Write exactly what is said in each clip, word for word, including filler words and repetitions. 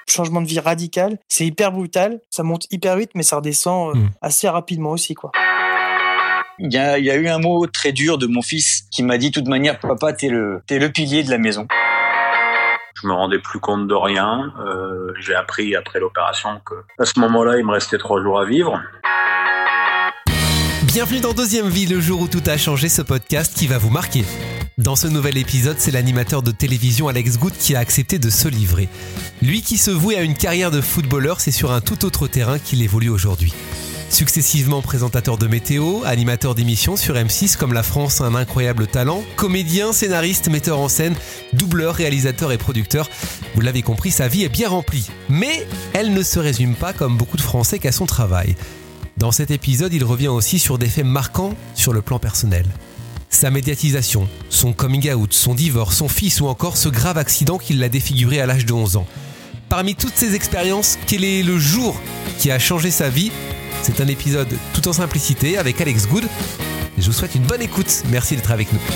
changement de vie radical. C'est hyper brutal. Ça monte hyper vite, mais ça redescend euh, mmh. assez rapidement aussi, quoi. Il y a, il y a eu un mot très dur de mon fils qui m'a dit, de toute manière, papa, t'es le, t'es le pilier de la maison. Je me rendais plus compte de rien. Euh, j'ai appris après l'opération que, à ce moment-là, il me restait trois jours à vivre. Bienvenue dans Deuxième Vie, le jour où tout a changé, ce podcast qui va vous marquer. Dans ce nouvel épisode, c'est l'animateur de télévision Alex Good qui a accepté de se livrer. Lui qui se vouait à une carrière de footballeur, c'est sur un tout autre terrain qu'il évolue aujourd'hui. Successivement présentateur de météo, animateur d'émissions sur M six comme La France a un incroyable talent, comédien, scénariste, metteur en scène, doubleur, réalisateur et producteur. Vous l'avez compris, sa vie est bien remplie. Mais elle ne se résume pas, comme beaucoup de Français, qu'à son travail. Dans cet épisode, il revient aussi sur des faits marquants sur le plan personnel. Sa médiatisation, son coming out, son divorce, son fils ou encore ce grave accident qui l'a défiguré à l'âge de onze ans. Parmi toutes ces expériences, quel est le jour qui a changé sa vie ? C'est un épisode tout en simplicité avec Alex Good. Je vous souhaite une bonne écoute. Merci d'être avec nous.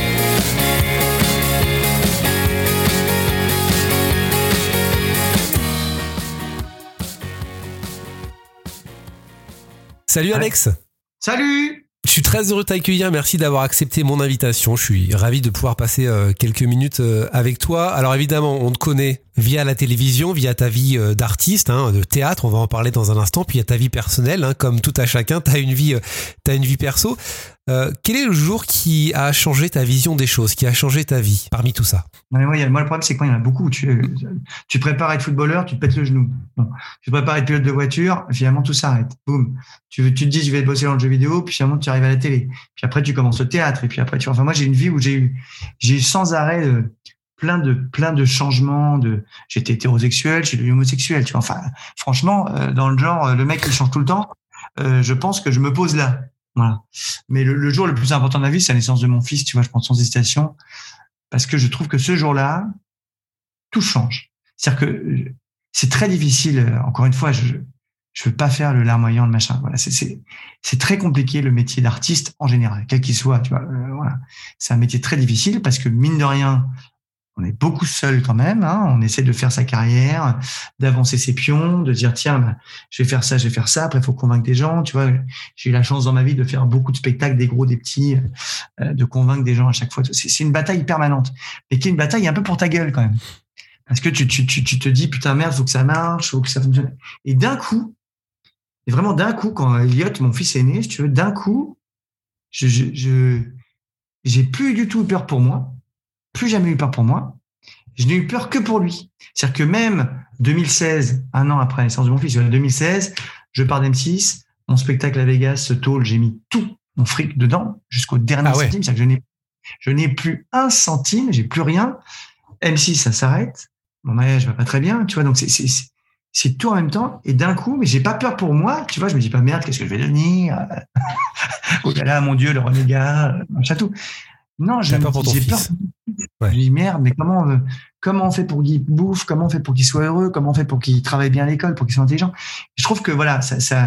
Salut Alex. Salut. Je suis très heureux de t'accueillir. Merci d'avoir accepté mon invitation. Je suis ravi de pouvoir passer euh, quelques minutes euh, avec toi. Alors évidemment, on te connaît via la télévision, via ta vie euh, d'artiste, hein, de théâtre. On va en parler dans un instant. Puis il y a ta vie personnelle, hein, comme tout à chacun. T'as une vie, euh, t'as une vie perso. Euh, quel est le jour qui a changé ta vision des choses, qui a changé ta vie parmi tout ça? Ouais, ouais, moi, le problème, c'est qu'il y en a beaucoup. Tu, tu prépares à être footballeur, tu te pètes le genou. Non. Tu prépares à être pilote de voiture, finalement, tout s'arrête. Boum. Tu, tu te dis, je vais bosser dans le jeu vidéo, puis finalement, tu arrives à la télé. Puis après, tu commences au théâtre. Et puis après, tu, enfin, moi, j'ai une vie où j'ai eu, j'ai eu sans arrêt euh, plein de, plein de changements. De, j'étais hétérosexuel, j'ai devenu homosexuel. Tu vois, enfin, franchement, euh, dans le genre, euh, le mec qui change tout le temps, euh, je pense que je me pose là. Voilà. Mais le, le jour le plus important de ma vie, c'est la naissance de mon fils, tu vois, je prends sans hésitation, parce que je trouve que ce jour-là, tout change. C'est-à-dire que c'est très difficile, encore une fois, je je veux pas faire le larmoyant, le machin. Voilà, c'est c'est c'est très compliqué le métier d'artiste en général, quel qu'il soit, tu vois. Euh, voilà, c'est un métier très difficile parce que mine de rien, on est beaucoup seul quand même, hein. On essaie de faire sa carrière, d'avancer ses pions, de dire tiens, bah, je vais faire ça, je vais faire ça. Après, il faut convaincre des gens. Tu vois, j'ai eu la chance dans ma vie de faire beaucoup de spectacles, des gros, des petits, euh, de convaincre des gens à chaque fois. C'est, c'est une bataille permanente, mais qui est une bataille un peu pour ta gueule quand même, parce que tu tu tu, tu te dis putain merde, faut que ça marche, faut que ça fonctionne. Et d'un coup, et vraiment d'un coup, quand Elliot, mon fils est né, si tu veux, d'un coup, je je, je j'ai plus du tout eu peur pour moi. Plus jamais eu peur pour moi. Je n'ai eu peur que pour lui. C'est-à-dire que même deux mille seize, un an après la naissance de mon fils, deux mille seize, je pars d'M six, mon spectacle à Vegas, ce tôle, j'ai mis tout mon fric dedans jusqu'au dernier ah ouais. centime. C'est-à-dire que je n'ai, je n'ai plus un centime, j'ai plus rien. M six, ça s'arrête. Mon mariage va pas très bien, tu vois. Donc c'est, c'est, c'est, c'est tout en même temps. Et d'un coup, mais j'ai pas peur pour moi. Tu vois, je me dis pas merde, qu'est-ce que je vais devenir? Oh là là, mon Dieu, le renégat, machin tout. Non, j'ai peur pour ton fils. Peur. Ouais. Je me dis merde, mais comment, euh, comment on fait pour qu'il bouffe, comment on fait pour qu'il soit heureux, comment on fait pour qu'il travaille bien à l'école, pour qu'il soit intelligent. Je trouve que voilà, ça, ça...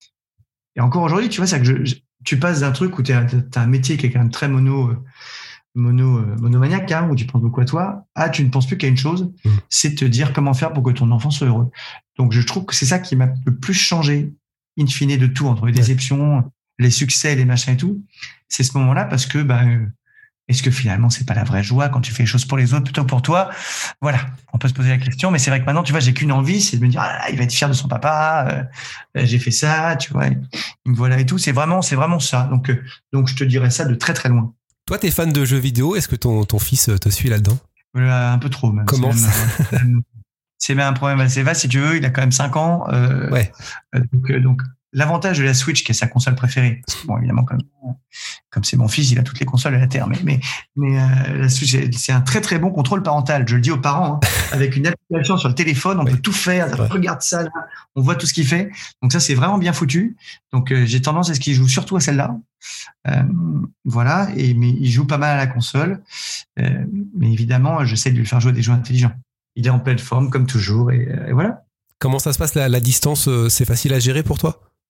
et encore aujourd'hui, tu vois, ça que je, je, tu passes d'un truc où tu as un métier qui est quand même très mono, euh, mono, euh, monomaniaque, hein, où tu penses beaucoup à toi, à tu ne penses plus qu'à une chose, mmh. c'est te dire comment faire pour que ton enfant soit heureux. Donc je trouve que c'est ça qui m'a le plus changé, in fine, de tout, entre les déceptions, ouais. les succès, les machins et tout. C'est ce moment-là parce que bah, euh, est-ce que finalement, c'est pas la vraie joie quand tu fais les choses pour les autres plutôt que pour toi? Voilà. On peut se poser la question, mais c'est vrai que maintenant, tu vois, j'ai qu'une envie, c'est de me dire, ah là, il va être fier de son papa, euh, j'ai fait ça, tu vois, il me voilà et tout. C'est vraiment, c'est vraiment ça. Donc, euh, donc, je te dirais ça de très, très loin. Toi, t'es fan de jeux vidéo. Est-ce que ton, ton fils te suit là-dedans? euh, Un peu trop, même. Comment ça? C'est même, c'est même un problème assez vaste, si tu veux. Il a quand même cinq ans. Euh, ouais. Euh, donc, euh, donc, l'avantage de la Switch, qui est sa console préférée, parce que bon, évidemment, comme comme c'est mon fils, il a toutes les consoles à la terre, mais mais mais euh, la Switch, c'est un très très bon contrôle parental. Je le dis aux parents, hein, avec une application sur le téléphone, on ouais. peut tout faire. Ouais. Regarde ça, là, on voit tout ce qu'il fait. Donc ça, c'est vraiment bien foutu. Donc euh, j'ai tendance à ce qu'il joue surtout à celle-là. Euh, voilà. Et mais il joue pas mal à la console. Euh, mais évidemment, j'essaie de lui faire jouer à des jeux intelligents. Il est en pleine forme comme toujours, et, et voilà. Comment ça se passe la, la distance? C'est facile à gérer pour toi?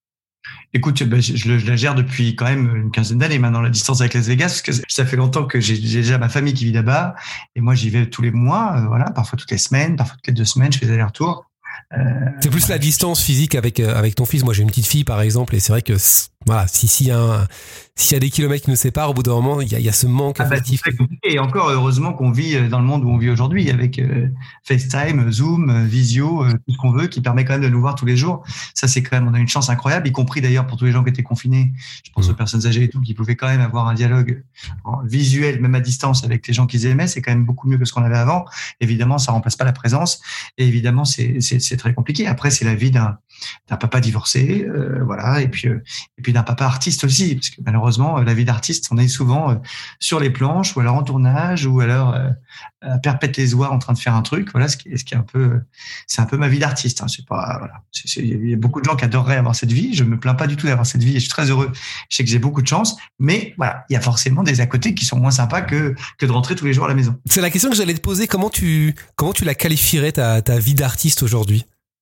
Écoute, ben, je, je, je la gère depuis quand même une quinzaine d'années maintenant, la distance avec Las Vegas, parce que ça fait longtemps que j'ai, j'ai déjà ma famille qui vit là-bas, et moi j'y vais tous les mois, euh, voilà, parfois toutes les semaines, parfois toutes les deux semaines, je fais des allers-retours. Euh, c'est plus voilà. La distance physique avec avec ton fils. Moi, j'ai une petite fille, par exemple, et c'est vrai que voilà, si s'il y a un, s'il y a des kilomètres qui nous séparent, au bout d'un moment, il y a, il y a ce manque affectif. Ah bah, et encore heureusement qu'on vit dans le monde où on vit aujourd'hui, avec euh, FaceTime, Zoom, Visio, euh, tout ce qu'on veut, qui permet quand même de nous voir tous les jours. Ça, c'est quand même, on a une chance incroyable, y compris d'ailleurs pour tous les gens qui étaient confinés. Je pense mmh. aux personnes âgées et tout, qui pouvaient quand même avoir un dialogue visuel, même à distance, avec les gens qu'ils aimaient. C'est quand même beaucoup mieux que ce qu'on avait avant. Évidemment, ça remplace pas la présence. Et évidemment, c'est c'est, c'est très compliqué. Après, c'est la vie d'un d'un papa divorcé, euh, voilà, et puis euh, et puis d'un papa artiste aussi, parce que malheureusement, la vie d'artiste, on est souvent euh, sur les planches, ou alors en tournage, ou alors euh, à perpète les oies en train de faire un truc. Voilà, ce qui est, ce qui est un peu, c'est un peu ma vie d'artiste. Hein. C'est pas, voilà, c'est, c'est, il y a beaucoup de gens qui adoreraient avoir cette vie. Je me plains pas du tout d'avoir cette vie, et je suis très heureux. Je sais que j'ai beaucoup de chance, mais voilà, il y a forcément des à côté qui sont moins sympas que que de rentrer tous les jours à la maison. C'est la question que j'allais te poser. Comment tu comment tu la qualifierais ta ta vie d'artiste aujourd'hui?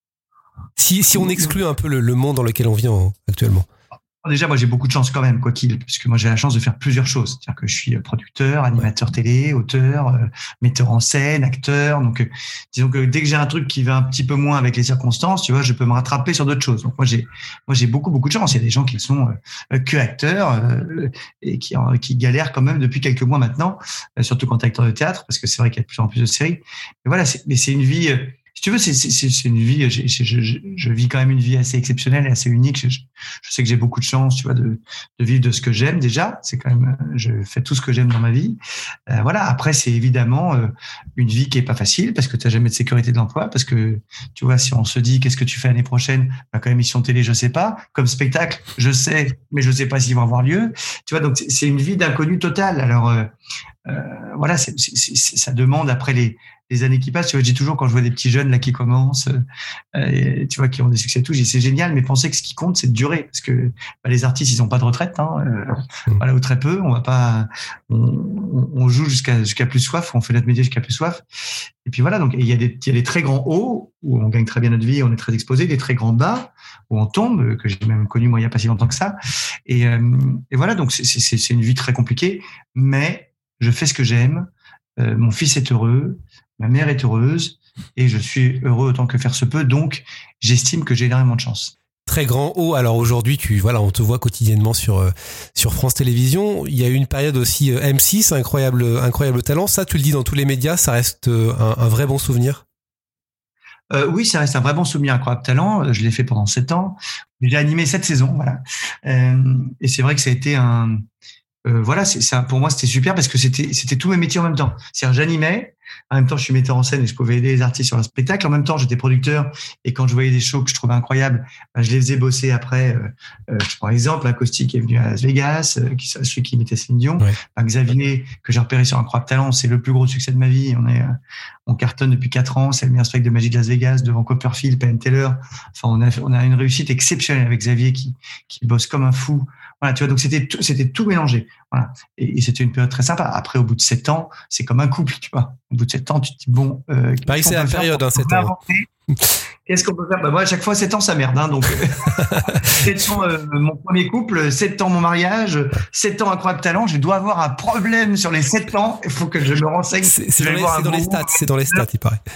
Si, si on exclut un peu le, le monde dans lequel on vit en, actuellement. Déjà, moi, j'ai beaucoup de chance quand même, quoi qu'il, parce que moi, j'ai la chance de faire plusieurs choses. C'est-à-dire que je suis producteur, animateur télé, auteur, euh, metteur en scène, acteur. Donc, euh, disons que dès que j'ai un truc qui va un petit peu moins avec les circonstances, tu vois, je peux me rattraper sur d'autres choses. Donc, moi, j'ai, moi, j'ai beaucoup, beaucoup de chance. Il y a des gens qui sont euh, que acteurs euh, et qui, euh, qui galèrent quand même depuis quelques mois maintenant, euh, surtout quand t'es acteur de théâtre, parce que c'est vrai qu'il y a de plus en plus de séries. Mais voilà, c'est, mais c'est une vie. Euh, Si tu veux, c'est, c'est, c'est une vie. Je, je, je, je vis quand même une vie assez exceptionnelle et assez unique. Je, je sais que j'ai beaucoup de chance, tu vois, de, de vivre de ce que j'aime déjà. C'est quand même, je fais tout ce que j'aime dans ma vie. Euh, voilà. Après, c'est évidemment euh, une vie qui est pas facile parce que tu n'as jamais de sécurité de l'emploi. Parce que tu vois, si on se dit qu'est-ce que tu fais l'année prochaine, bah, comme émission télé, je sais pas. Comme spectacle, je sais, mais je sais pas s'ils vont avoir lieu. Tu vois, donc c'est, c'est une vie d'inconnu total. Alors euh, euh, voilà, c'est, c'est, c'est, ça demande après les les années qui passent. Tu vois, je dis toujours quand je vois des petits jeunes là qui commencent, euh, et, tu vois, qui ont des succès et tout, je dis c'est génial, mais pensez que ce qui compte, c'est de durer, parce que bah, les artistes, ils ont pas de retraite, hein, euh, mmh. voilà, ou très peu. On va pas, on, on joue jusqu'à jusqu'à plus soif, on fait notre métier jusqu'à plus soif. Et puis voilà, donc il y a des il y a des très grands hauts où on gagne très bien notre vie, on est très exposé, des très grands bas où on tombe, que j'ai même connu moi il y a pas si longtemps que ça. Et, euh, et voilà, donc c'est c'est c'est une vie très compliquée, mais je fais ce que j'aime. Euh, mon fils est heureux. Ma mère est heureuse et je suis heureux autant que faire se peut. Donc, j'estime que j'ai énormément de chance. Très grand haut. Alors aujourd'hui, tu voilà, on te voit quotidiennement sur euh, sur France Télévisions. Il y a eu une période aussi euh, M six, incroyable incroyable talent. Ça, tu le dis dans tous les médias, ça reste euh, un, un vrai bon souvenir. Euh, oui, ça reste un vrai bon souvenir, incroyable talent. Je l'ai fait pendant sept ans. J'ai animé sept saisons, voilà. Euh, et c'est vrai que ça a été un euh, voilà, c'est ça. Pour moi, c'était super parce que c'était c'était tous mes métiers en même temps. C'est-à-dire, j'animais. En même temps, je suis metteur en scène et je pouvais aider les artistes sur un spectacle. En même temps, j'étais producteur et quand je voyais des shows que je trouvais incroyables, ben, je les faisais bosser après. Euh, euh, je prends exemple, Acoustic qui est venu à Las Vegas, euh, qui celui qui imitait Céline Dion. Ouais. Ben, Xavier, que j'ai repéré sur Incroyable Talent, c'est le plus gros succès de ma vie. On est, euh, on cartonne depuis quatre ans. C'est le meilleur spectacle de magie de Las Vegas devant Copperfield, Penn Teller. Enfin, on a, on a une réussite exceptionnelle avec Xavier qui, qui bosse comme un fou. Voilà, tu vois, donc c'était tout, c'était tout mélangé. Voilà. Et, et c'était une période très sympa. Après, au bout de sept ans, c'est comme un couple, tu vois. Au bout de sept ans, tu te dis, bon, euh, pareil, c'est la période, hein, sept ans. Qu'est-ce qu'on peut faire? Bah, moi, à chaque fois, sept ans, ça merde, hein, donc, sept ans, euh, mon premier couple, sept ans, mon mariage, sept ans, Incroyable Talent. Je dois avoir un problème sur les sept ans. Il faut que je me renseigne. C'est, c'est, dans, les, c'est dans les stats, c'est dans les stats, il paraît.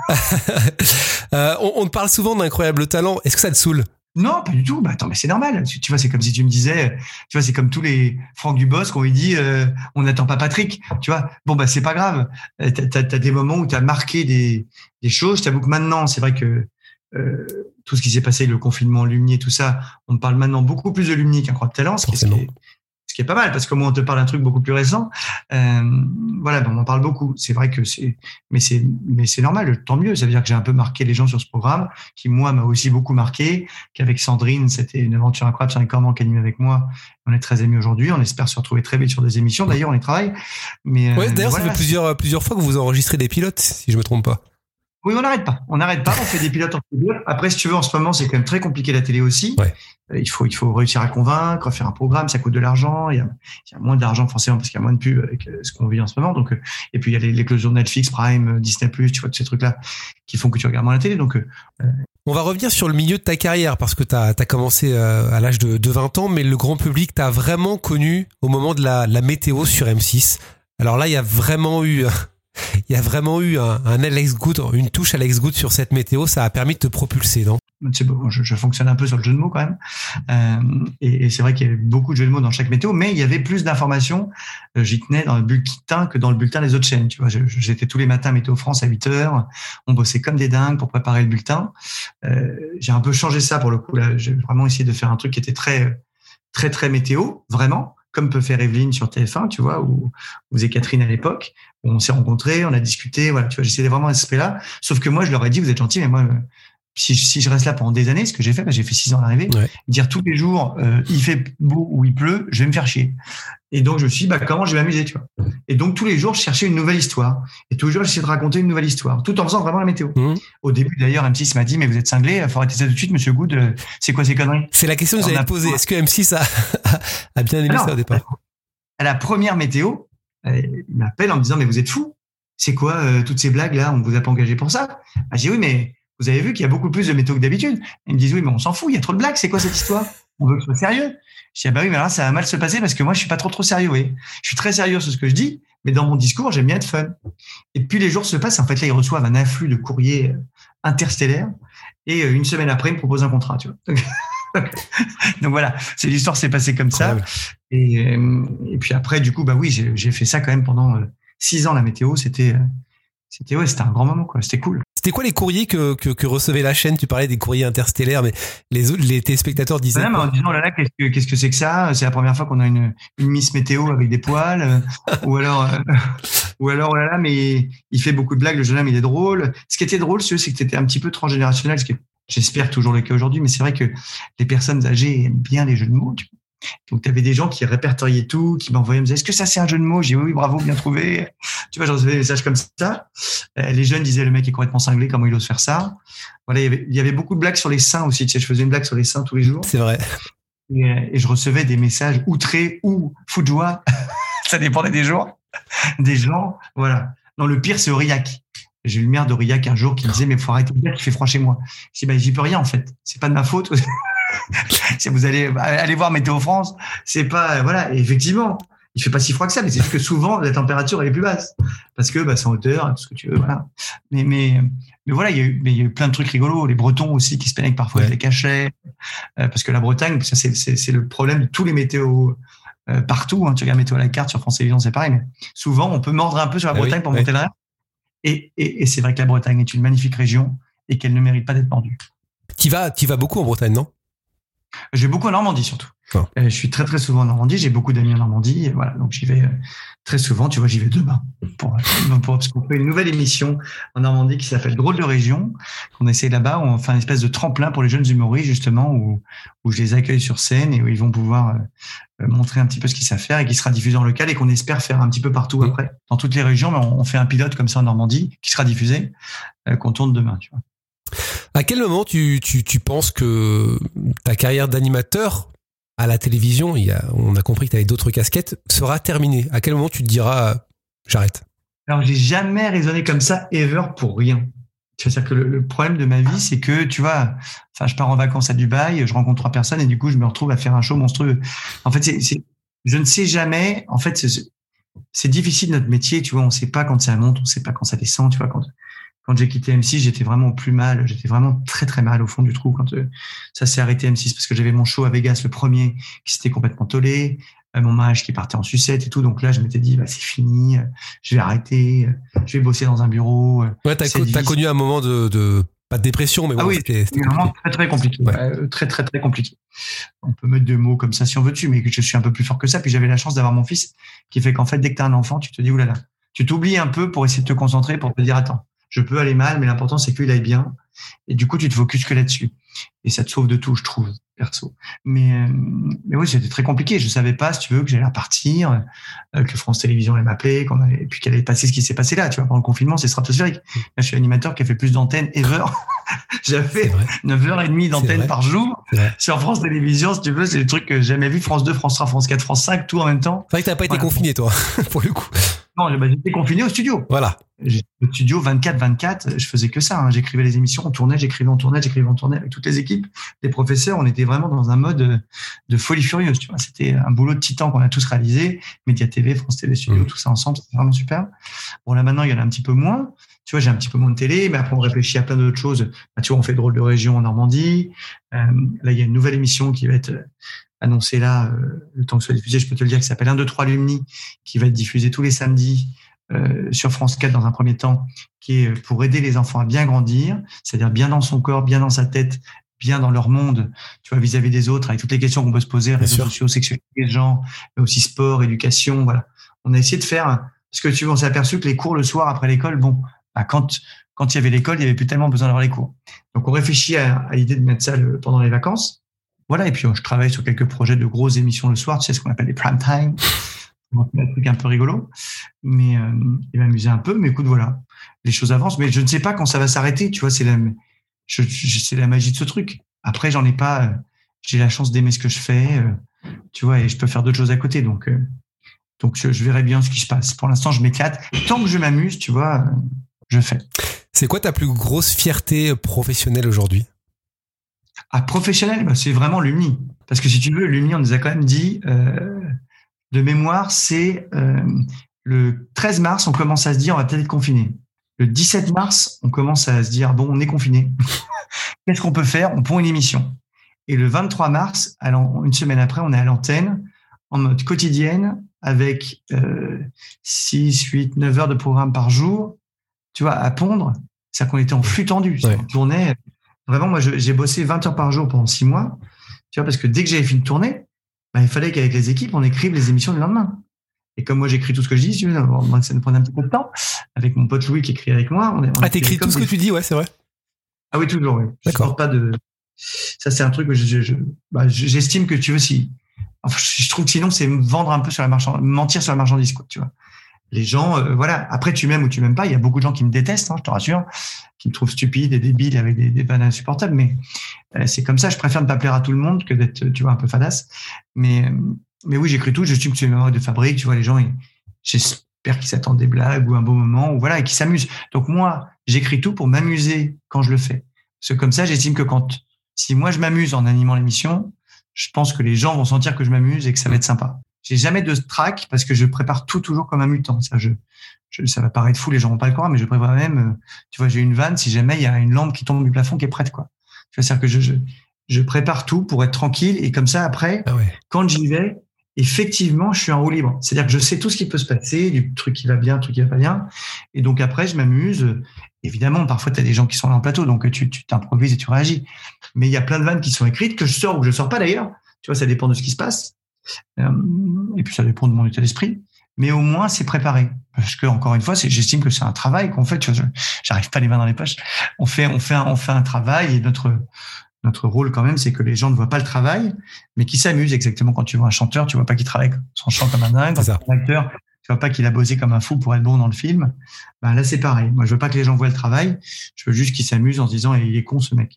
euh, on, on te parle souvent d'Incroyable Talent. Est-ce que ça te saule? Non, pas du tout. Bah attends, mais c'est normal. Tu, tu vois, c'est comme si tu me disais, tu vois, c'est comme tous les Franck Dubosc qu'on lui dit, euh, on n'attend pas Patrick. Tu vois, bon bah c'est pas grave. T'as, t'as, t'as des moments où t'as marqué des, des choses. Je t'avoue que maintenant, c'est vrai que euh, tout ce qui s'est passé, le confinement, Lumier, tout ça, on parle maintenant beaucoup plus de Lumier qu'Incroyable Talent, ce qui, ce qui est ce qui est pas mal, parce que moi, on te parle d'un truc beaucoup plus récent. Euh, voilà, ben, on en parle beaucoup. C'est vrai que c'est, mais c'est, mais c'est normal, tant mieux. Ça veut dire que j'ai un peu marqué les gens sur ce programme, qui, moi, m'a aussi beaucoup marqué, qu'avec Sandrine, c'était une aventure incroyable sur un Cornan qui anime avec moi. On est très amis aujourd'hui. On espère se retrouver très vite sur des émissions. D'ailleurs, on y travaille. Mais, ouais, d'ailleurs, voilà, ça fait plusieurs, plusieurs fois que vous enregistrez des pilotes, si je me trompe pas. Oui, on n'arrête pas. On n'arrête pas. On fait des pilotes en pilote. Après, si tu veux, en ce moment, c'est quand même très compliqué la télé aussi. Ouais. Il faut, il faut réussir à convaincre, faire un programme. Ça coûte de l'argent. Il y a, il y a moins d'argent forcément parce qu'il y a moins de pubs avec ce qu'on vit en ce moment. Donc, et puis il y a les, l'éclosion de Netflix, Prime, Disney+, tu vois, tous ces trucs-là qui font que tu regardes moins la télé. Donc, euh, On va revenir sur le milieu de ta carrière parce que tu as commencé euh, à l'âge de, de vingt ans, mais le grand public t'a vraiment connu au moment de la, la météo sur M six. Alors là, il y a vraiment eu, il y a vraiment eu un, un Alex Good, une touche Alex Good sur cette météo. Ça a permis de te propulser, non? C'est bon, je, je fonctionne un peu sur le jeu de mots quand même. Euh, et, et c'est vrai qu'il y avait beaucoup de jeux de mots dans chaque météo, mais il y avait plus d'informations. Euh, j'y tenais dans le bulletin que dans le bulletin des autres chaînes. Tu vois, je, j'étais tous les matins à Météo France à huit heures. On bossait comme des dingues pour préparer le bulletin. Euh, j'ai un peu changé ça pour le coup. Là, j'ai vraiment essayé de faire un truc qui était très, très, très météo, vraiment, comme peut faire Evelyne sur T F un, tu vois, ou, ou faisait Catherine à l'époque. On s'est rencontrés, on a discuté. Voilà, tu vois, j'essayais vraiment à cet aspect-là. Sauf que moi, je leur ai dit, vous êtes gentils, mais moi, Si, si je reste là pendant des années, ce que j'ai fait, bah, j'ai fait six ans à l'arrivée, ouais. dire tous les jours, euh, il fait beau ou il pleut, je vais me faire chier. Et donc, je me suis dit, bah, comment je vais m'amuser, tu vois. Et donc, tous les jours, je cherchais une nouvelle histoire. Et tous les jours, j'essayais de raconter une nouvelle histoire, tout en faisant vraiment la météo. Mmh. Au début, d'ailleurs, M six m'a dit, mais vous êtes cinglé, il faut arrêter ça tout de suite, monsieur Good, euh, c'est quoi ces conneries? C'est la question que j'allais te poser. Est-ce que M six a, a bien aimé Alors, ça au départ? À la première météo, euh, il m'appelle en me disant, mais vous êtes fou? C'est quoi, euh, toutes ces blagues-là? On ne vous a pas engagé pour ça? Ah, j'ai dit, oui, mais vous avez vu qu'il y a beaucoup plus de météo que d'habitude. Ils me disent, oui, mais on s'en fout, il y a trop de blagues, c'est quoi cette histoire? On veut que ce soit sérieux. Je dis, ah bah oui, mais là, ça va mal se passer parce que moi, je suis pas trop, trop sérieux, oui. Je suis très sérieux sur ce que je dis, mais dans mon discours, j'aime bien être fun. Et puis, les jours se passent. En fait, là, ils reçoivent un afflux de courriers interstellaires et une semaine après, ils me proposent un contrat, tu vois. Donc, donc voilà, c'est l'histoire s'est passée comme ça. Et, et puis après, du coup, bah oui, j'ai, j'ai fait ça quand même pendant six ans, la météo. C'était, c'était, ouais, c'était un grand moment, quoi. C'était cool. C'était quoi les courriers que, que, que recevait la chaîne? Tu parlais des courriers interstellaires, mais les autres, les téléspectateurs disaient. Ouais, mais en disant, oh là là, qu'est-ce que, qu'est-ce que c'est que ça? C'est la première fois qu'on a une, une Miss Météo avec des poils. Euh, ou alors, euh, ou alors, oh là là, mais il fait beaucoup de blagues, le jeune homme, il est drôle. Ce qui était drôle, c'est que c'était un petit peu transgénérationnel, ce qui est, j'espère, toujours le cas aujourd'hui, mais c'est vrai que les personnes âgées aiment bien les jeux de mots. Tu vois. Donc, tu avais des gens qui répertoriaient tout, qui m'envoyaient, me disaient, est-ce que ça, c'est un jeu de mots? J'ai dit, oui, bravo, bien trouvé. Tu vois, j'en recevais des messages comme ça. Euh, les jeunes disaient, le mec est complètement cinglé, comment il ose faire ça? Voilà, il y avait, il y avait beaucoup de blagues sur les seins aussi. Tu sais, je faisais une blague sur les seins tous les jours. C'est vrai. Et, et je recevais des messages outrés ou fous de joie. Ça dépendait des jours. Des gens, voilà. Non, le pire, c'est Aurillac. J'ai eu le maire d'Aurillac un jour qui me disait, mais il faut arrêter de dire qu'il fait froid chez moi. Je dis, bah, j'y peux rien, en fait. C'est pas de ma faute. Si vous allez aller voir Météo France, c'est pas, voilà, et effectivement, il fait pas si froid que ça, mais c'est juste que souvent, la température, elle est plus basse. Parce que, bah, c'est en hauteur, tout ce que tu veux, voilà. Mais, mais, mais voilà, il y a eu, mais il y a eu plein de trucs rigolos. Les Bretons aussi qui se plaignent que parfois, ouais. je les cachais. Euh, parce que la Bretagne, ça, c'est, c'est, c'est le problème de tous les météos, euh, partout, hein. Tu regardes Météo à la carte sur France Télévisions, c'est pareil, mais souvent, on peut mordre un peu sur la Bretagne oui, pour oui. monter l'air. Et, et, et c'est vrai que la Bretagne est une magnifique région et qu'elle ne mérite pas d'être mordue. Tu vas, tu vas beaucoup en Bretagne, non? J'ai beaucoup en Normandie surtout. Oh. Euh, je suis très très souvent en Normandie. J'ai beaucoup d'amis en Normandie. Et voilà, donc j'y vais euh, très souvent. Tu vois, j'y vais demain pour, pour parce qu'on fait une nouvelle émission en Normandie qui s'appelle Drôle de région. On essaie là-bas. On fait une espèce de tremplin pour les jeunes humoristes justement où où je les accueille sur scène et où ils vont pouvoir euh, montrer un petit peu ce qu'ils savent faire et qui sera diffusé en local et qu'on espère faire un petit peu partout mmh. après dans toutes les régions. Mais on, on fait un pilote comme ça en Normandie qui sera diffusé euh, qu'on tourne demain. Tu vois. À quel moment tu, tu, tu penses que ta carrière d'animateur à la télévision, il y a, on a compris que tu avais d'autres casquettes, sera terminée? À quel moment tu te diras j'arrête? Alors, j'ai jamais raisonné comme ça, ever, pour rien. C'est-à-dire que le, le problème de ma vie, c'est que, tu vois, enfin, je pars en vacances à Dubaï, je rencontre trois personnes et du coup, je me retrouve à faire un show monstrueux. En fait, c'est, c'est, je ne sais jamais, en fait, c'est, c'est difficile notre métier, tu vois, on ne sait pas quand ça monte, on ne sait pas quand ça descend, tu vois, quand... Quand j'ai quitté M six, j'étais vraiment plus mal. J'étais vraiment très, très mal au fond du trou quand euh, ça s'est arrêté M six parce que j'avais mon show à Vegas, le premier, qui s'était complètement tollé, euh, mon mariage qui partait en sucette et tout. Donc là, je m'étais dit, bah, c'est fini, euh, je vais arrêter, euh, je vais bosser dans un bureau. Euh, ouais, t'as, co- t'as connu un moment de, de, pas de dépression, mais bon, ah oui, c'était, c'était vraiment très, très compliqué. Ouais. Euh, très, très, très compliqué. On peut mettre deux mots comme ça si on veut dessus, mais je suis un peu plus fort que ça. Puis j'avais la chance d'avoir mon fils qui fait qu'en fait, dès que t'as un enfant, tu te dis, oulala, tu t'oublies un peu pour essayer de te concentrer, pour te dire, attends, je peux aller mal, mais l'important, c'est qu'il aille bien. Et du coup, tu te focuses que là-dessus. Et ça te sauve de tout, je trouve, perso. Mais, euh, mais oui, c'était très compliqué. Je savais pas, si tu veux, que j'allais repartir, euh, que France Télévisions allait m'appeler, qu'on allait, et puis qu'elle allait passer ce qui s'est passé là. Tu vois, pendant le confinement, c'est stratosphérique. Là, je suis animateur qui a fait plus d'antennes ever. J'avais neuf heures trente d'antennes par jour sur France Télévisions, si tu veux. C'est des trucs que j'ai jamais vu. France deux, France trois, France quatre, France cinq, tout en même temps. C'est vrai que t'as pas voilà. été confiné, toi, pour le coup. Non, bah, j'étais confiné au studio. Voilà. J'étais au studio vingt-quatre vingt-quatre, je faisais que ça. Hein. J'écrivais les émissions, on tournait, j'écrivais, on tournait, j'écrivais, on tournait avec toutes les équipes. Les professeurs, on était vraiment dans un mode de folie furieuse. Tu vois, c'était un boulot de titan qu'on a tous réalisé. Média T V, France Télé Studio, mmh. tout ça ensemble, c'était vraiment super. Bon, là maintenant, il y en a un petit peu moins. Tu vois, j'ai un petit peu moins de télé, mais après on réfléchit à plein d'autres choses. Bah, tu vois, on fait Drôle de région en Normandie. Euh, là, il y a une nouvelle émission qui va être annoncée là, euh, le temps que ce soit diffusé, je peux te le dire, qui s'appelle un, deux, trois Lumni, qui va être diffusée tous les samedis euh, sur France quatre dans un premier temps, qui est pour aider les enfants à bien grandir, c'est-à-dire bien dans son corps, bien dans sa tête, bien dans leur monde, tu vois, vis-à-vis des autres, avec toutes les questions qu'on peut se poser, réseaux sociaux, sexualité, genre, mais aussi sport, éducation, voilà. On a essayé de faire, parce que tu vois, on s'est aperçu que les cours le soir après l'école, bon, bah, quand quand il y avait l'école, il n'y avait plus tellement besoin d'avoir les cours. Donc, on réfléchit à, à l'idée de mettre ça le, pendant les vacances. Voilà, et puis je travaille sur quelques projets de grosses émissions le soir, tu sais, ce qu'on appelle les prime time, un truc un peu rigolo, mais euh, il m'amusait un peu, mais écoute, voilà, les choses avancent, mais je ne sais pas quand ça va s'arrêter, tu vois, c'est la, je, je, c'est la magie de ce truc. Après, j'en ai pas, euh, j'ai la chance d'aimer ce que je fais, euh, tu vois, et je peux faire d'autres choses à côté, donc, euh, donc je, je verrai bien ce qui se passe. Pour l'instant, je m'éclate. Tant que je m'amuse, tu vois, euh, je fais. C'est quoi ta plus grosse fierté professionnelle aujourd'hui? Ah, professionnel, bah, c'est vraiment Lumni. Parce que si tu veux, Lumni, on nous a quand même dit, euh, de mémoire, c'est euh, le treize mars, on commence à se dire, on va peut-être être confiné. Le dix-sept mars, on commence à se dire, bon, on est confiné. Qu'est-ce qu'on peut faire? On pond une émission. Et le vingt-trois mars, alors, une semaine après, on est à l'antenne, en mode quotidienne, avec euh, six, huit, neuf heures de programme par jour, tu vois, à pondre. C'est-à-dire qu'on était en flux tendu. Ouais. On tournait. Vraiment, moi, je, j'ai bossé vingt heures par jour pendant six mois. Tu vois, parce que dès que j'avais fini de tourner, bah, il fallait qu'avec les équipes, on écrive les émissions du lendemain. Et comme moi, j'écris tout ce que je dis, tu vois, moi, ça nous prenait un petit peu de temps. Avec mon pote Louis qui écrit avec moi. On, on ah, t'écris tout ce que tu dis, ouais, c'est vrai. Ah oui, toujours, oui. D'accord. Je pas de. Ça, c'est un truc que je, je, je, bah, j'estime que tu veux si. Enfin, je trouve que sinon, c'est vendre un peu sur la marchandise, mentir sur la marchandise, quoi, tu vois. Les gens, euh, voilà. Après, tu m'aimes ou tu m'aimes pas. Il y a beaucoup de gens qui me détestent, hein, je te rassure, qui me trouvent stupide et débile avec des, des vannes insupportables. Mais euh, c'est comme ça. Je préfère ne pas plaire à tout le monde que d'être, tu vois, un peu fadasse. Mais, mais oui, j'écris tout. J'estime que c'est une mémoire de fabrique. Tu vois, les gens, ils, j'espère qu'ils s'attendent des blagues ou un beau moment, ou voilà, et qu'ils s'amusent. Donc moi, j'écris tout pour m'amuser quand je le fais. Parce que comme ça, j'estime que quand, si moi je m'amuse en animant l'émission, je pense que les gens vont sentir que je m'amuse et que ça va être sympa. J'ai jamais de track parce que je prépare tout toujours comme un mutant. Ça, je, je, ça va paraître fou, les gens vont pas le croire, mais je prévois même, tu vois, j'ai une vanne, si jamais il y a une lampe qui tombe du plafond qui est prête, quoi. Tu vois, c'est-à-dire que je, je, je prépare tout pour être tranquille et comme ça, après, ah ouais. Quand j'y vais, effectivement, je suis en roue libre. C'est-à-dire que je sais tout ce qui peut se passer, du truc qui va bien, du truc qui va pas bien. Et donc après, je m'amuse. Évidemment, parfois, tu as des gens qui sont là en plateau, donc tu, tu t'improvises et tu réagis. Mais il y a plein de vannes qui sont écrites, que je sors ou que je sors pas d'ailleurs. Tu vois, ça dépend de ce qui se passe. Euh, et puis, ça dépend de mon état d'esprit. Mais au moins, c'est préparé. Parce que, encore une fois, c'est, j'estime que c'est un travail qu'on fait. Tu vois, je, j'arrive pas les mains dans les poches. On fait, on fait un, on fait un travail et notre, notre rôle quand même, c'est que les gens ne voient pas le travail, mais qu'ils s'amusent. Exactement. Quand tu vois un chanteur, tu vois pas qu'il travaille son chant comme un dingue. Quand tu vois un acteur, tu vois pas qu'il a bossé comme un fou pour être bon dans le film. Ben là, c'est pareil. Moi, je veux pas que les gens voient le travail. Je veux juste qu'ils s'amusent en se disant, eh, il est con, ce mec.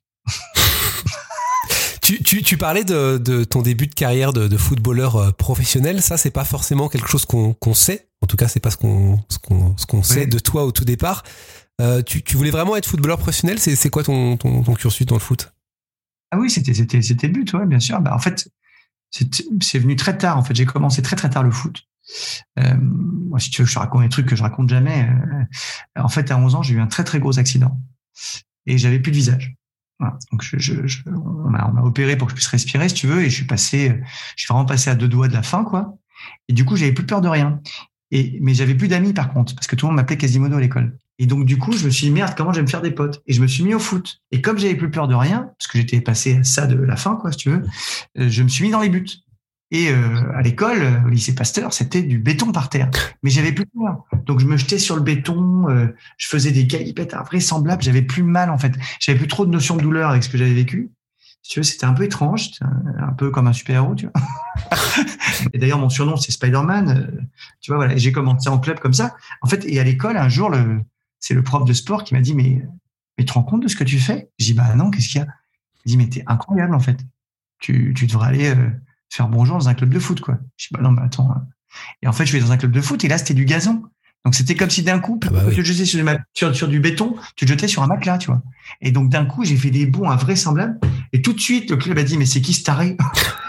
tu, tu, tu parlais de, de ton début de carrière de, de footballeur professionnel. Ça, c'est pas forcément quelque chose qu'on, qu'on sait. En tout cas, c'est pas ce qu'on, ce qu'on, ce qu'on oui. sait de toi au tout départ. Euh, tu, tu voulais vraiment être footballeur professionnel? C'est, c'est quoi ton, ton, ton cursus dans le foot? Ah oui, c'était, c'était, c'était le but, ouais, bien sûr. Bah, en fait, c'est, c'est venu très tard. En fait, j'ai commencé très, très tard le foot. Euh, moi, si tu veux, je te raconte des trucs que je raconte jamais. Euh, en fait, à onze ans, j'ai eu un très très gros accident et j'avais plus de visage. Voilà. Donc, je, je, je, on m'a, on m'a opéré pour que je puisse respirer, si tu veux, et je suis passé, je suis vraiment passé à deux doigts de la fin, quoi. Et du coup, j'avais plus peur de rien. Et mais j'avais plus d'amis par contre, parce que tout le monde m'appelait Quasimodo à l'école. Et donc du coup, je me suis dit merde, comment je vais me faire des potes? Et je me suis mis au foot. Et comme j'avais plus peur de rien, parce que j'étais passé à ça de la fin, quoi, si tu veux, je me suis mis dans les buts. Et euh, à l'école, au lycée Pasteur, c'était du béton par terre. Mais j'avais plus peur. Donc je me jetais sur le béton, euh, je faisais des galipettes invraisemblables, j'avais plus mal en fait. J'avais plus trop de notion de douleur avec ce que j'avais vécu. Si tu veux, c'était un peu étrange, c'était un, un peu comme un super-héros, tu vois. Et d'ailleurs, mon surnom, c'est Spider-Man. Euh, tu vois, voilà. Et j'ai commencé en club comme ça. En fait, et à l'école, un jour, le, c'est le prof de sport qui m'a dit, mais, mais tu te rends compte de ce que tu fais? J'ai dit, bah non, qu'est-ce qu'il y a? Il dit, mais t'es incroyable, en fait. Tu, tu devrais aller euh, faire bonjour dans un club de foot, quoi. Je dis, bah non, mais attends. Et en fait, je vais dans un club de foot et là, c'était du gazon. Donc c'était comme si d'un coup, ah bah tu oui. te jetais sur, sur, sur du béton, tu te jetais sur un matelas, tu vois. Et donc d'un coup, j'ai fait des bonds invraisemblables. Et tout de suite, le club a dit, mais c'est qui ce taré?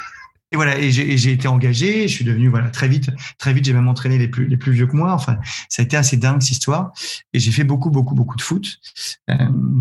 Et voilà, et j'ai, et j'ai été engagé, je suis devenu, voilà, très vite, très vite, j'ai même entraîné les plus, les plus vieux que moi. Enfin, ça a été assez dingue, cette histoire. Et j'ai fait beaucoup, beaucoup, beaucoup de foot. Euh,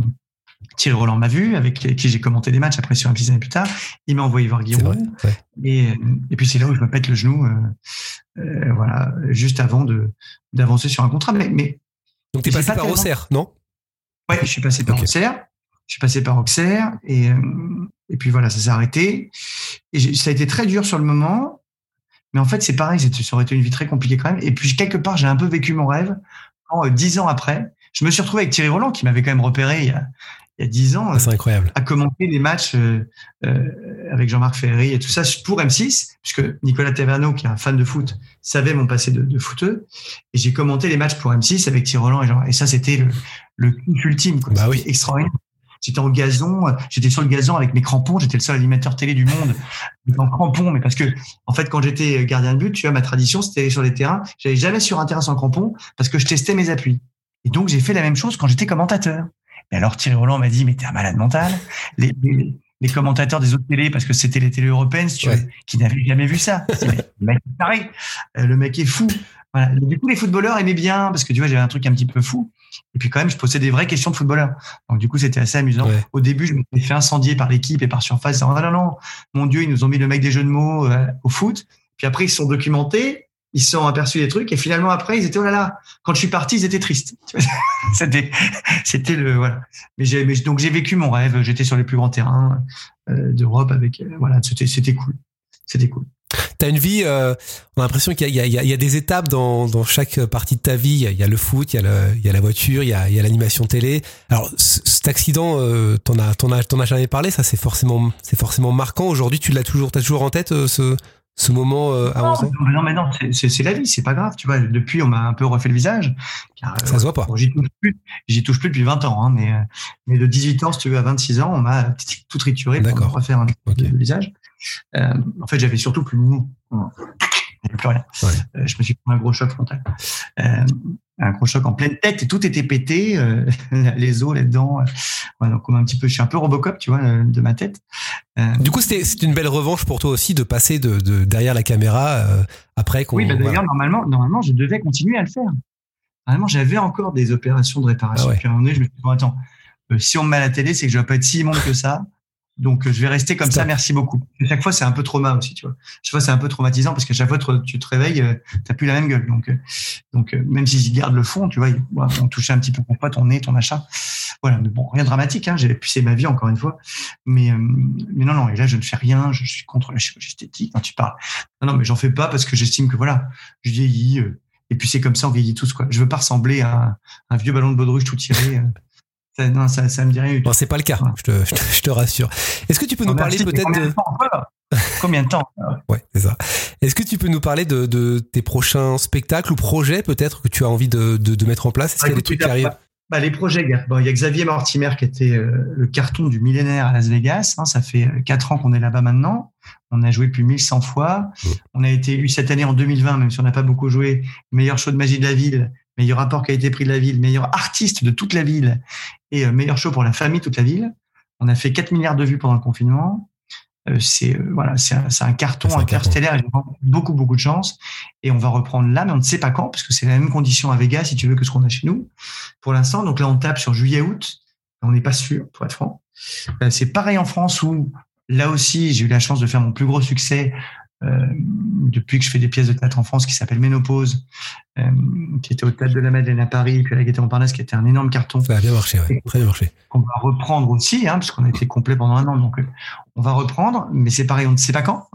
Thierry Roland m'a vu, avec qui j'ai commenté des matchs après sur un petit années plus tard. Il m'a envoyé voir Giroud. Ouais. Et, et puis c'est là où je me pète le genou, euh, euh, voilà, juste avant de, d'avancer sur un contrat. Mais, mais donc t'es passé par tellement... Auxerre, non? Ouais, je suis passé par okay. Auxerre. Je suis passé par Auxerre et, et puis voilà, ça s'est arrêté. Et ça a été très dur sur le moment, mais en fait, c'est pareil, ça aurait été une vie très compliquée quand même. Et puis, quelque part, j'ai un peu vécu mon rêve. Quand, euh, dix ans après, je me suis retrouvé avec Thierry Roland, qui m'avait quand même repéré il y a, il y a dix ans. Ah, c'est incroyable. À commenter les matchs euh, euh, avec Jean-Marc Ferry et tout ça pour M six, puisque Nicolas Taverneau, qui est un fan de foot, savait mon passé de, de footeux. Et j'ai commenté les matchs pour M six avec Thierry Roland et Jean. Et ça, c'était le, le kiff ultime, quoi. Bah c'était oui. extraordinaire. J'étais en gazon, j'étais sur le gazon avec mes crampons, j'étais le seul animateur télé du monde en crampons, mais parce que, en fait, quand j'étais gardien de but, tu vois, ma tradition, c'était aller sur les terrains. J'allais jamais sur un terrain sans crampons parce que je testais mes appuis. Et donc, j'ai fait la même chose quand j'étais commentateur. Et alors, Thierry Roland m'a dit, mais t'es un malade mental. Les, les, les commentateurs des autres télés, parce que c'était les télés européennes, si tu ouais. veux, qui n'avaient jamais vu ça. C'est, mais, le mec est taré. Le mec est fou. Voilà. Du coup, les footballeurs aimaient bien, parce que tu vois, j'avais un truc un petit peu fou. Et puis quand même, je posais des vraies questions de footballeurs. Donc du coup, c'était assez amusant. Ouais. Au début, je me suis fait incendier par l'équipe et par Surface. Oh, non, non, non, mon Dieu, ils nous ont mis le mec des jeux de mots euh, au foot. Puis après, ils se sont documentés, ils se sont aperçus des trucs. Et finalement, après, ils étaient, oh là là, quand je suis parti, ils étaient tristes. c'était, c'était le, voilà. Mais j'ai, mais, donc j'ai vécu mon rêve. J'étais sur les plus grands terrains euh, d'Europe avec, euh, voilà, c'était, c'était cool. C'était cool. T'as une vie, euh, on a l'impression qu'il y a, il y a, il y a des étapes dans, dans chaque partie de ta vie. Il y a le foot, il y a, le, il y a la voiture, il y a, il y a l'animation télé. Alors, cet accident, euh, t'en as, t'en as, t'en as jamais parlé. Ça, c'est forcément, c'est forcément marquant. Aujourd'hui, tu l'as toujours, t'as toujours en tête euh, ce, ce moment euh, à onze ans. Non, mais non, c'est, c'est, c'est la vie, c'est pas grave. Tu vois, depuis, on m'a un peu refait le visage. Car, ça euh, se voit pas. Bon, j'y touche plus, j'y touche plus depuis vingt ans, hein, mais, mais de dix-huit ans, si tu veux, à vingt-six ans, on m'a tout trituré pour me refaire un okay. le visage. Euh, en fait, j'avais surtout plus le mou. J'avais plus rien. Ouais. Euh, je me suis pris un gros choc frontal. Euh, un gros choc en pleine tête et tout était pété, euh, les os là-dedans. Ouais, donc, comme un petit peu, je suis un peu Robocop, tu vois, de ma tête. Euh, du coup, c'était, c'est une belle revanche pour toi aussi de passer de, de derrière la caméra euh, après qu'on. Oui, bah, d'ailleurs, voilà. normalement, normalement, je devais continuer à le faire. Normalement, j'avais encore des opérations de réparation. Ah ouais. Puis à un moment donné, je me suis dit, bon, attends, euh, si on me met à la télé, c'est que je vais pas être si immonde que ça. Donc, je vais rester comme Stop. ça. Merci beaucoup. Et chaque fois, c'est un peu trauma aussi, tu vois. Chaque fois, c'est un peu traumatisant parce qu'à chaque fois, tu te réveilles, euh, t'as plus la même gueule. Donc, euh, donc, euh, même s'ils gardent le fond, tu vois, ils, ouais, on touchait un petit peu ton poids, ton nez, ton machin. Voilà. Mais bon, rien de dramatique, hein. J'ai pucé ma vie encore une fois. Mais, euh, mais non, non. Et là, je ne fais rien. Je suis contre la chirurgie esthétique quand tu parles. Non, non, mais j'en fais pas parce que j'estime que voilà, je vieillis. Euh, et puis, c'est comme ça, on vieillit tous, quoi. Je veux pas ressembler à un, un vieux ballon de baudruche tout tiré. Euh, Ça, non, ça, ça me dit rien. Bon, c'est pas le cas, je, te, je, te, je te rassure. Est-ce que tu peux non, nous parler peut-être combien de... de temps, combien de temps Ouais, c'est ça. Est-ce que tu peux nous parler de, de tes prochains spectacles ou projets peut-être que tu as envie de, de, de mettre en place? Est-ce bah, qu'il y a des trucs qui arrivent? Bah, les projets, bon, il y a Xavier Mortimer qui était euh, le carton du millénaire à Las Vegas. Hein, ça fait quatre ans qu'on est là-bas maintenant. On a joué plus mille cent fois. Mmh. On a été élu cette année en deux mille vingt, même si on n'a pas beaucoup joué, meilleur show de magie de la ville, meilleur rapport qualité-prix de la ville, meilleur artiste de toute la ville et euh, meilleur show pour la famille toute la ville. On a fait quatre milliards de vues pendant le confinement. Euh, c'est euh, voilà, c'est un, c'est un carton, c'est un, un carton stellaire. Et beaucoup beaucoup de chance. Et on va reprendre là, mais on ne sait pas quand, parce que c'est la même condition à Vegas, si tu veux, que ce qu'on a chez nous pour l'instant. Donc là, on tape sur juillet-août. On n'est pas sûr, pour être franc. Euh, c'est pareil en France où là aussi, j'ai eu la chance de faire mon plus gros succès. Euh, depuis que je fais des pièces de théâtre en France qui s'appelle Ménopause, euh, qui était au Théâtre de la Madeleine à Paris, puis à la Gaîté Montparnasse, qui était un énorme carton. Ça a bien marché, ouais. Très bien marché. On va reprendre aussi, hein, parce qu'on a été complet pendant un an, donc euh, on va reprendre, mais c'est pareil, on ne sait pas quand.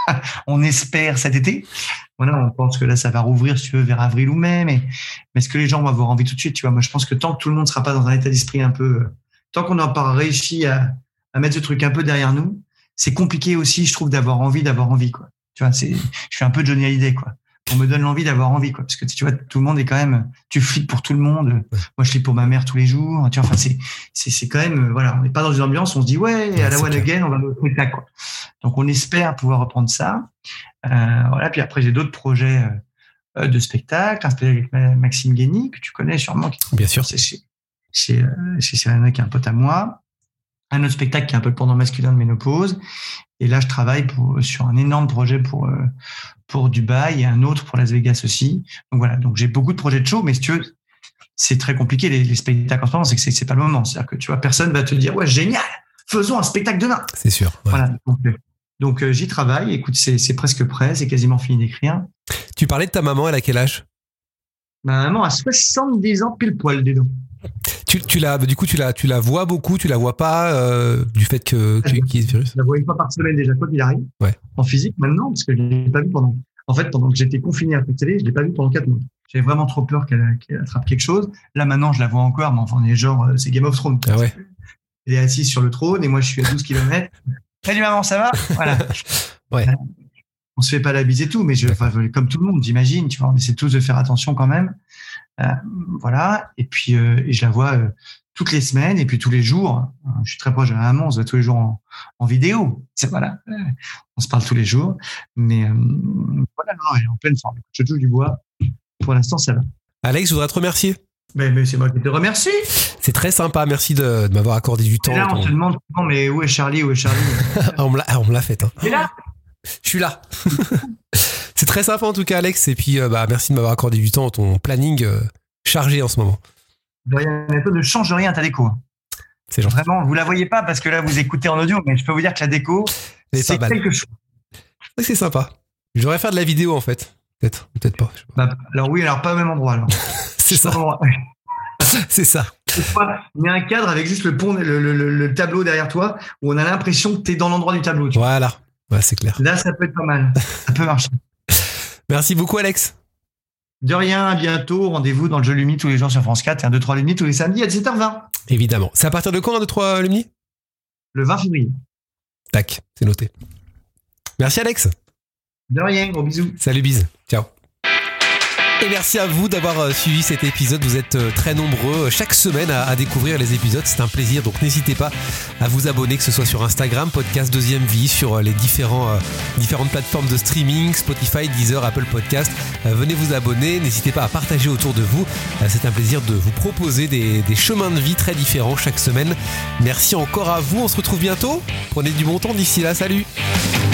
On espère cet été. Voilà, on pense que là, ça va rouvrir, si tu veux, vers avril ou mai, mais, mais est-ce que les gens vont avoir envie tout de suite, tu vois? Moi, je pense que tant que tout le monde ne sera pas dans un état d'esprit un peu, euh, tant qu'on n'a pas réussi à, à mettre ce truc un peu derrière nous, c'est compliqué aussi, je trouve, d'avoir envie, d'avoir envie, quoi. Tu vois, c'est, je suis un peu Johnny Hallyday, quoi. On me donne l'envie d'avoir envie, quoi. Parce que tu vois, tout le monde est quand même, tu flippes pour tout le monde. Ouais. Moi, je flippe pour ma mère tous les jours. Tu vois, enfin, c'est, c'est, c'est quand même, voilà, on n'est pas dans une ambiance, on se dit, ouais, ouais à la one clair. Again, on va me trouver ça, quoi. Donc, on espère pouvoir reprendre ça. Euh, voilà. Puis après, j'ai d'autres projets, euh, de spectacle, un spectacle avec Maxime Guény, que tu connais sûrement. Bien sûr. C'est chez, chez, euh, chez Serena, qui est un pote à moi. Un autre spectacle qui est un peu le pendant masculin de Ménopause. Et là, je travaille pour, sur un énorme projet pour, euh, pour Dubaï et un autre pour Las Vegas aussi. Donc voilà. Donc j'ai beaucoup de projets de show, mais si tu veux, c'est très compliqué, les, les spectacles en ce moment, c'est que c'est, c'est pas le moment. C'est-à-dire que tu vois, personne va te dire, ouais, génial, faisons un spectacle demain. C'est sûr. Ouais. Voilà. Donc, donc euh, j'y travaille. Écoute, c'est, c'est presque prêt, c'est quasiment fini d'écrire. Tu parlais de ta maman, elle a quel âge? Ma maman a soixante-dix ans pile poil, dis donc. Tu, tu la, du coup, tu la, tu la vois beaucoup, tu la vois pas euh, du fait que, que qu'il y ait ce virus? Je la vois une fois par semaine déjà, quoi qu'il arrive. Ouais. En physique maintenant, parce que je l'ai pas vu pendant. En fait, pendant que j'étais confiné à la télé, je l'ai pas vu pendant quatre mois. J'avais vraiment trop peur qu'elle, qu'elle attrape quelque chose. Là maintenant, je la vois encore, mais enfin, on est genre, c'est Game of Thrones. Ah ouais. Elle est assise sur le trône et moi, je suis à douze kilomètres. Salut maman, ça va? Voilà. Ouais. On se fait pas la bise et tout, mais je, enfin, comme tout le monde, j'imagine, tu vois, on essaie tous de faire attention quand même. Euh, voilà. Et puis, euh, et je la vois euh, toutes les semaines et puis tous les jours. Je suis très proche de ma maman, on se voit tous les jours en, en vidéo. C'est voilà. On se parle tous les jours. Mais, euh, voilà, non, elle est en pleine forme. Je touche du bois. Pour l'instant, ça va. Alex, je voudrais te remercier. Mais, mais c'est moi qui te remercie. C'est très sympa. Merci de, de m'avoir accordé du temps. Et là, on ton... se demande, non, mais où est Charlie, où est Charlie? on me l'a, on me l'a fait. Hein. Il est là. Je suis là. C'est très sympa en tout cas, Alex. Et puis, euh, bah, merci de m'avoir accordé du temps. Ton planning euh, chargé en ce moment. Rien, ne change rien à ta déco. C'est gentil. Vraiment, vous la voyez pas parce que là, vous écoutez en audio, mais je peux vous dire que la déco, c'est, c'est quelque chose. C'est, c'est sympa. Je devrais faire de la vidéo en fait. Peut-être, peut-être pas. pas. Bah, alors oui, alors pas au même endroit. Alors. C'est ça. C'est ça. Il y a un cadre avec juste le pont, le, le, le, le tableau derrière toi, où on a l'impression que tu es dans l'endroit du tableau. Voilà. Ouais, c'est clair. Là, ça peut être pas mal. Ça peut marcher. Merci beaucoup, Alex. De rien, à bientôt. Rendez-vous dans le jeu Lumni tous les jours sur France quatre et un deux trois Lumni tous les samedis à dix-sept heures vingt. Évidemment. C'est à partir de quand un deux trois Lumni? Le vingt février. Tac, c'est noté. Merci, Alex. De rien, gros bisous. Salut, bise. Ciao. Et merci à vous d'avoir suivi cet épisode. Vous êtes très nombreux chaque semaine à, à découvrir les épisodes. C'est un plaisir. Donc n'hésitez pas à vous abonner, que ce soit sur Instagram, Podcast Deuxième Vie, sur les différents, euh, différentes plateformes de streaming, Spotify, Deezer, Apple Podcast. Euh, venez vous abonner. N'hésitez pas à partager autour de vous. Euh, c'est un plaisir de vous proposer des, des chemins de vie très différents chaque semaine. Merci encore à vous. On se retrouve bientôt. Prenez du bon temps d'ici là. Salut.